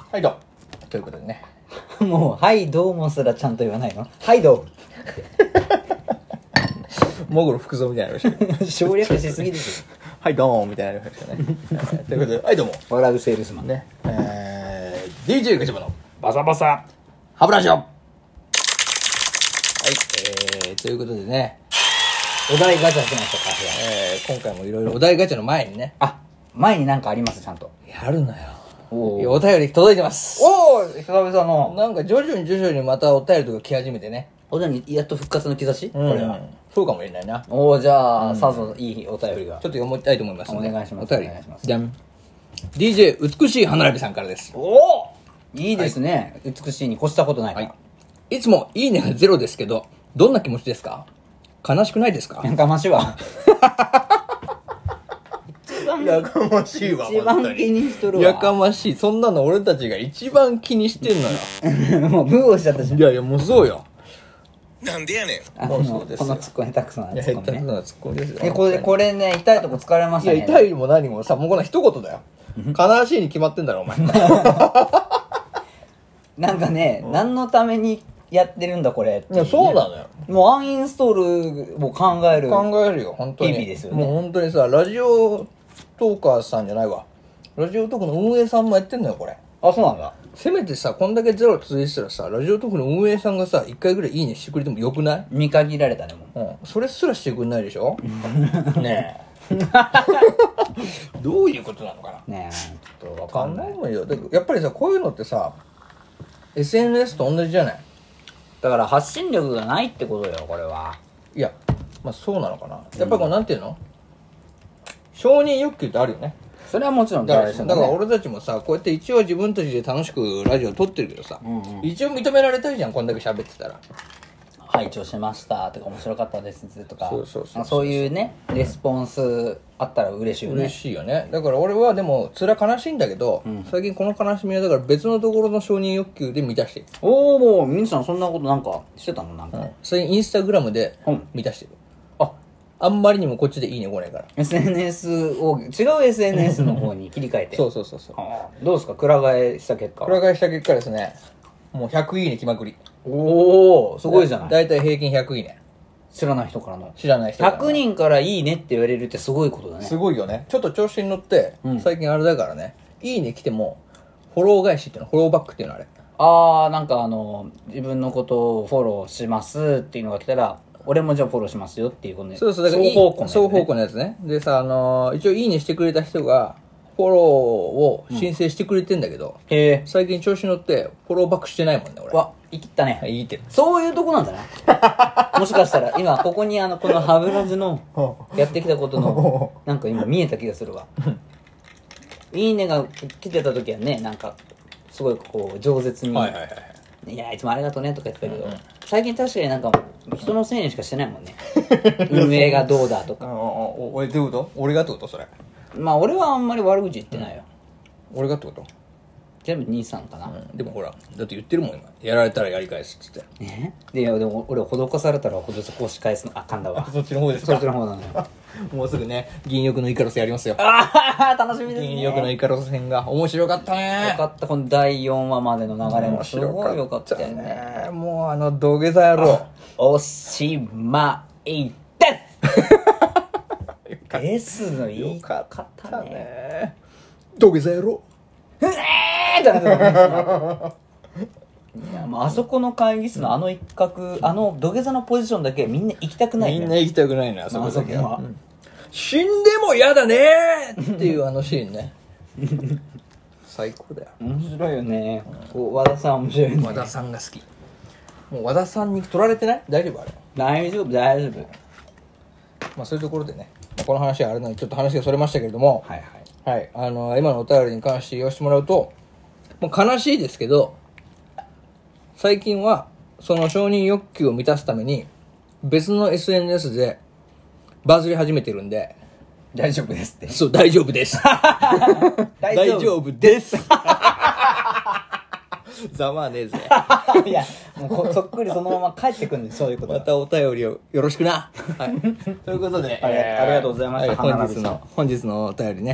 はいどうということでねもうはいどうもすらちゃんと言わないの。はいどモグロ福蔵みたいなのしたう省略しすぎですよ。 はいどうもみたいなのしたねということではいどうも笑うセールスマンねDJ ガチャバのバサバサハブラジオはいということでねお題ガチャしましたか。 今回もいろいろお題ガチャの前にねあ、前になんかありますちゃんと。 やるなよおいやお便り届いてますおー久々のなんか徐々にまたお便りとか来始めてねお題にやっと復活の兆し、これは。 そうかもしれないなおーじゃあ、さぞいいお便りがちょっと読みたいと思いますのでお願いしますお便りお願いしますじゃん DJ 美しい歯並びさんからですおおいいですね、美しいに越したことないから、 いつもいいねがゼロですけどどんな気持ちですか？悲しくないですか？ やかましいわやかましいわ一番気にしとるわやかましいそんなの俺たちが一番気にしてんのよもうブーをしちゃったしいやいやもうそうよなんでやねん。 もうそうですよこのツッコミ下手くそなツッコミね。 なツッコミですよこれね痛いとこ疲れましたね。 いや痛いも何もさもうこの一言だよ悲しいに決まってんだろお前なんかね、何のためにやってるんだこれっていやそうなのよもうアンインストールを考える。 考えるよ本当に日々ですよねもう本当にさラジオトーカーさんじゃないわラジオトークの運営さんもやってんのよこれあ、そうなんだ。 せめてさこんだけゼロ続いてたらさラジオトークの運営さんがさ1回ぐらいいいねしてくれてもよくない？ 見限られたねもそれすらしてくれないでしょねえどういうことなのかなう。ねえ、ちょっとわかんない。 頼むよだからやっぱりさこういうのってさ SNS と同じじゃない？ だから発信力がないってことよ、これは。 いやまあそうなのかなやっぱこうなんていうの承認欲求ってあるよねそれはもちろんだから大事だから俺たちもさこうやって一応自分たちで楽しくラジオ撮ってるけどさ、一応認められたいじゃんこんだけ喋ってたら拝聴しましたとか面白かったですとか、 そうそういうねレスポンスあったら嬉しいよね。 嬉しいよねだから俺はでも辛悲しいんだけど、最近この悲しみはだから別のところの承認欲求で満たしてる、 おお、もう皆さんそんなことなんかしてたのなんか、 最近インスタグラムで満たしてる、あんまりにもこっちでいいね来ないから SNS を違う SNS の方に切り替えてそうあーどうですか、くら替えした結果。 裏返した結果ですねもう100いいね決まくりおおすごいじゃない。 だいたい平均100いいね知らない人からの知らない人から 100人からいいねって言われるってすごいことだね。 すごいよねちょっと調子に乗って、最近あれだからねいいね来てもフォロー返しっていうのフォローバックっていうのあれああ、なんか自分のことをフォローしますっていうのが来たら俺もじゃあフォローしますよっていうことね。 そうだから双方向のやつね。 双方向のやつねでさ一応いいねしてくれた人がフォローを申請してくれてんだけど、 へえ。 最近調子乗ってフォローバックしてないもんね俺わ、生きったね。 いいってそういうとこなんだな。もしかしたら今ここにこの歯ブラシのやってきたことのなんか今見えた気がするわ。いいねが来てた時はね、なんかすごいこう饒舌に、いやいつもありがとうねとか言ってたけど、最近確かになんか人のせいにしかしてないもんね。運営がどうだとか。 俺どういうこと俺がってことそれまあ俺はあんまり悪口言ってないよ。 俺がってこと全部兄さんかな。 でもほらだって言ってるもん今やられたらやり返すっつってでも俺施されたら施し返すのあかんだわ。 そっちの方ですそかっちの方なのよ。 もうすぐね銀翼のイカロスやりますよああ楽しみですね。 銀翼のイカロス編が面白かったねよかった、この第4話までの流れもすごいよかったよね。 もう土下座野郎おしまいですですの言いよか方ったね。 ね土下座野郎ってなってたいやもうあそこの会議室の一角土下座のポジションだけみんな行きたくないね。 みんな行きたくないのあそこだけあそこは死んでも嫌だねっていうシーンね最高だよ面白いよね。こう和田さん面白いよね。 和田さんが好きもう和田さんに取られてない大丈夫あれ大丈夫大丈夫。 まあそういうところでねこの話はあれなのでちょっと話がそれましたけれどもはいはい今のお便りに関して言わせてもらうともう悲しいですけど最近はその承認欲求を満たすために別の SNS でバズり始めてるんで大丈夫ですって。 そう大丈夫です大丈夫ですざまあねえぜいやもうそっくりそのまま帰ってくるんです。そういうことまたお便りをよろしくな、はい、ということでありがとうございました本日のお便りね、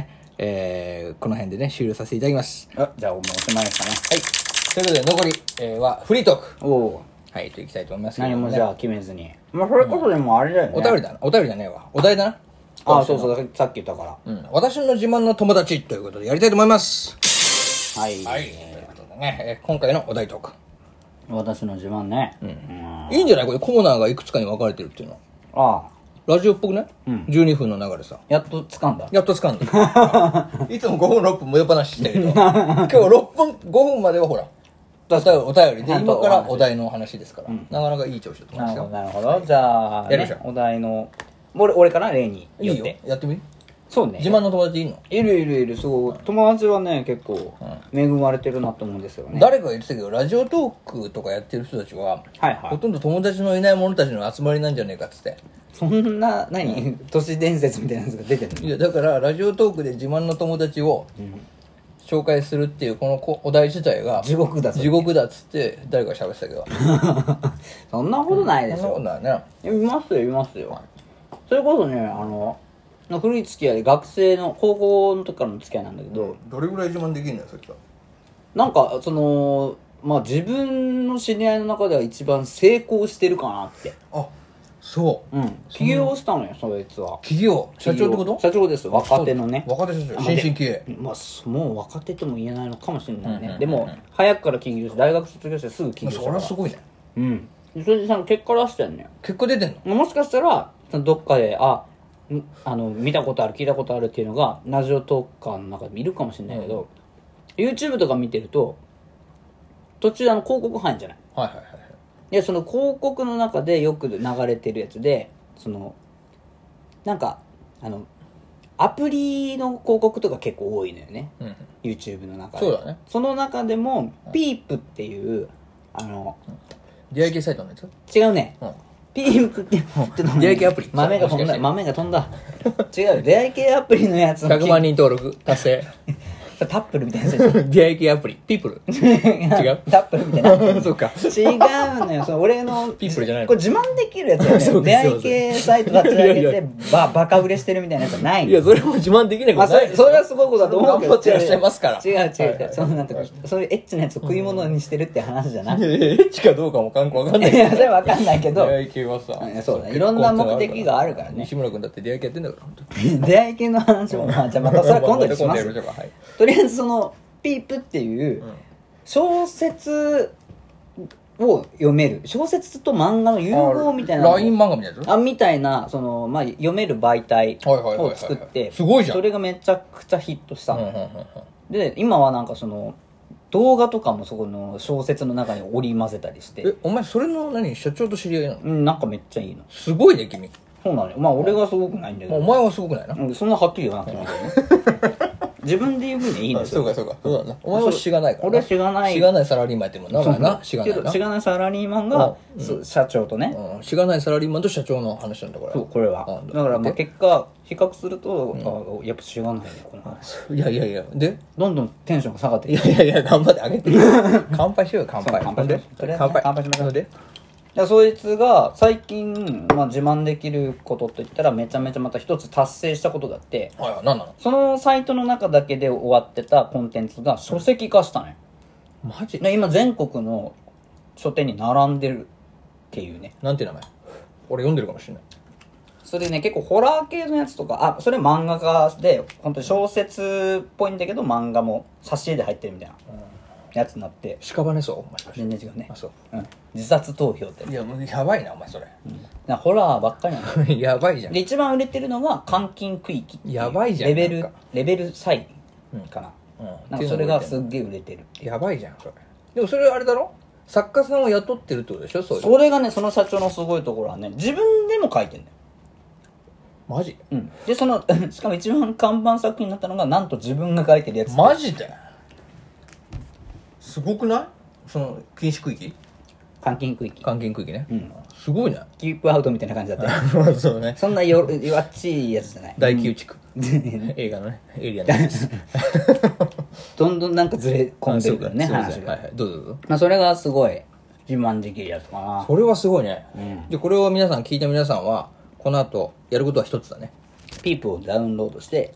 この辺でね、終了させていただきます。 じゃあもうおしまいですかね。 はい。ということで、残り、はフリートーク。 おお。 はい、といきたいと思いますけどね。 何もじゃあ決めずに。まあ、それこそでもあれだよね。 お便りだな。お便りじゃねえわ。お題だな。 そうそう、さっき言ったから。 私の自慢の友達ということでやりたいと思います。 はい。 はい。ということでね、今回のお題トーク。 私の自慢ね。 いいんじゃないこれコーナーがいくつかに分かれてるっていうのは。 ああ。 ラジオっぽくね、12分の流れさ。 やっと掴んだ。 やっと掴んだ。いつも5分6分無駄話してるけど、今日5分まではほら、お便りで、今からお題の話ですから、なかなかいい調子だと思いますよ。 なるほど。じゃあ、 やりましょう。 お題の、俺かな例にいいよ。やってみ。 そうね。 自慢の友達いいの？ いる。そう。友達はね、結構、恵まれてるなと思うんですよね。 誰かが言ってたけど、ラジオトークとかやってる人たちは、ほとんど友達のいない者たちの集まりなんじゃねえかっつって。 そんな、都市伝説みたいなやつが出てるの？ いや、だから、ラジオトークで自慢の友達を、紹介するっていうこのお題自体が地獄だっつって誰か喋ってたけどそんなことないでしょ。 そんなことないね。 いますよ、それこそね古い付き合いで学生の高校の時からの付き合いなんだけど、 どれぐらい自慢できるんだよそれと。 なんか自分の知り合いの中では一番成功してるかなって。 そう起業したのよそいつは。 起業社長ってこと？ 社長です。若手のね。 若手社長新進気鋭。 もう若手とも言えないのかもしれないね。でも早くから起業して大学卒業してすぐ起業したから。 それはすごいね。 それで結果出してんのよ。 結果出てんの？ もしかしたらどっかで見たことある聞いたことあるっていうのがラジオトーカーの中で見るかもしれないけど、YouTube とか見てると途中広告入るんじゃない？でその広告の中でよく流れてるやつでなんかアプリの広告とか結構多いのよね、YouTube の中で。 そうだね。 その中でもピープっていう出会い系サイトのやつ？ 違うね、ピープってちょっと出会い系アプリ？ 豆が飛んだ違う、出会い系アプリのやつの 100万人登録達成タップルみたいなやつ。 出会い系アプリピープル違うタップルみたいなそうか違うのよ。俺のピープルじゃないの？ これ自慢できるやつだよね。出会い系サイト立ち上げてバカ売れしてるみたいなやつはない。 いやそれも自慢できないことないですよ。 それはすごいことだと思うけど、 頑張ってらっしゃいますから。 違うそんなとこそういうエッチなやつを食い物にしてるって話じゃなくて、 エッチかどうかもわかんない。 いやそれはわかんないけど、 出会い系はさそうだ、いろんな目的があるからね。 西村君だって出会い系やってんだから本当に。 出会い系の話もじゃあまたそれは今度にします。とりあえずピープっていう小説を読める、小説と漫画の融合みたいなライン漫画みたいなやつ？ みたいな読める媒体を作ってすごいじゃん。 それがめちゃくちゃヒットしたの。で今はなんか動画とかもそこの小説の中に織り交ぜたりして。 お前それの社長と知り合いなの？ なんかめっちゃいいの。 すごいね君。 そうなのよ。まあ俺がすごくないんだけど。 お前はすごくないな。 そんなはっきり言わなくてもいいけどね。自分で言う分にはいいんですよ。 そうかそうだな。お前はしがないからな。 俺はしがないサラリーマンやってるもんな。しがないサラリーマンが社長とね。 しがないサラリーマンと社長の話なんだこれ。 そうこれは。だから結果比較するとやっぱしがないねこの話。 いやでどんどんテンションが下がっていや頑張ってあげて。乾杯しよう乾杯。 乾杯しましょう。 でそいつが最近、自慢できることといったらめちゃめちゃまた一つ達成したことだって。 何なの？ そのサイトの中だけで終わってたコンテンツが書籍化したのよ。 マジ？ 今全国の書店に並んでるっていうね。 なんていう名前？俺読んでるかもしれない。 それね結構ホラー系のやつとか、それ漫画家で本当に小説っぽいんだけど漫画も挿絵で入ってるみたいなやつになって。 屍そう？ 全然違うね。 そう。 自殺投票って。 いやもうやばいなお前それ。 ホラーばっかりなの。 やばいじゃん。 で一番売れてるのが監禁区域っていうやばいじゃん。 レベルサイかな。なんかそれがすっげえ売れてる。 やばいじゃんそれ。でもそれあれだろ？作家さんを雇ってるってことでしょ？ それがねその社長のすごいところはね自分でも書いてんだよ。 マジ？ でしかも一番看板作品になったのがなんと自分が書いてるやつ。 マジで？すごくない？禁止区域？ 監禁区域ね。すごいね。 キープアウトみたいな感じだったよ。 そうね。 そんな弱っちいやつじゃない。 大宮地区。映画のねエイリアンのやつ。 どんどんなんかずれ込んでるからね話が。 どうぞ。 それがすごい自慢できるやつかな。 それはすごいね。でこれを聞いた皆さんはこの後やることは一つだね。 ピープをダウンロードして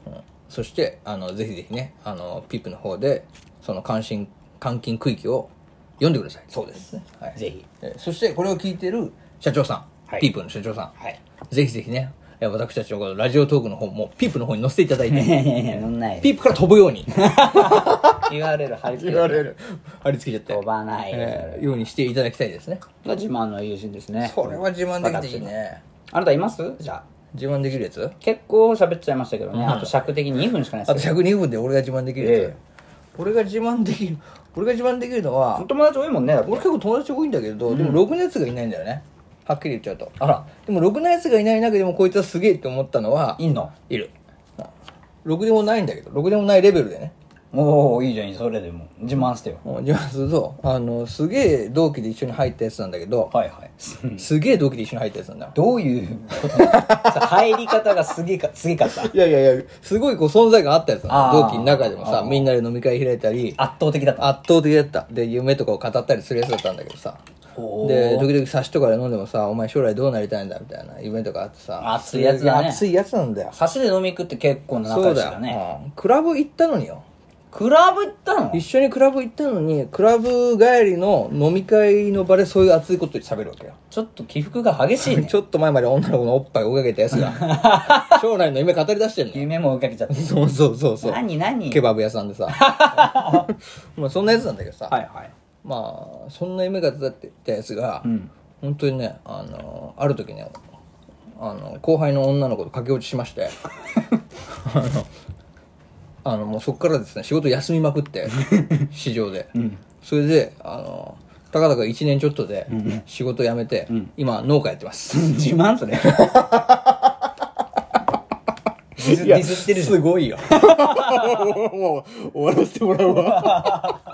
そしてぜひぜひねピープの方でその監禁区域を読んでください。 そうです、 はい、 ぜひ。 そしてこれを聞いてる社長さん、 はい、 ピープの社長さん、 はい、 ぜひぜひね私たちのラジオトークの方もピープの方に載せていただいて乗んないピープから飛ぶように URL 貼り付け URL 貼り付けちゃって飛ばない、 ようにしていただきたいですね。 が自慢の友人ですね。 それは自慢できていいね。 あなたいます？じゃあ自慢できるやつ結構喋っちゃいましたけどね、あと尺的に2分しかないあとですよ。 102分で俺が自慢できるやつ、俺が自慢できるのは友達多いもんね。 俺結構友達多いんだけど、でもろくなやつがいないんだよね、はっきり言っちゃうと。あらでもろくなやつがいない中でもこいつはすげえって思ったのはいんの？ いる。ろくでもないんだけど、ろくでもないレベルでね。 おおいいじゃん、それでも自慢してよ。 自慢するとすげえ同期で一緒に入ったやつなんだけど、 はいはいすげえ同期で一緒に入ったやつなんだよ。 どういうこと入り方がすげかったいやすごいこう存在感あったやつなんだよ。 あー同期の中でもさ、みんなで飲み会開いたり圧倒的だった。 圧倒的だった。で夢とかを語ったりするやつだったんだけどさ、で時々サシとかで飲んでもさ、お前将来どうなりたいんだみたいな夢とかあってさ、 熱いやつだね。 熱いやつなんだよ。 差しで飲み行くって結構な仲良しだね。 クラブ行ったのによ。 クラブ行ったの？ 一緒にクラブ行ったのに、クラブ帰りの飲み会の場でそういう熱いこと喋るわけよ。 ちょっと起伏が激しいね。 ちょっと前まで女の子のおっぱいを追いかけたやつが将来の夢語り出してんの。 夢も追いかけちゃって。 そう何ケバブ屋さんでさまあそんなやつなんだけどさ、 はいはい。 まあそんな夢が立ってたやつが、本当にねある時ね後輩の女の子と駆け落ちしましてもうそこからですね仕事休みまくって市場で、それでたかだか1年ちょっとで仕事辞めて、今農家やってます自慢それディスってるじゃん。 すごいよもう終わらせてもらうわ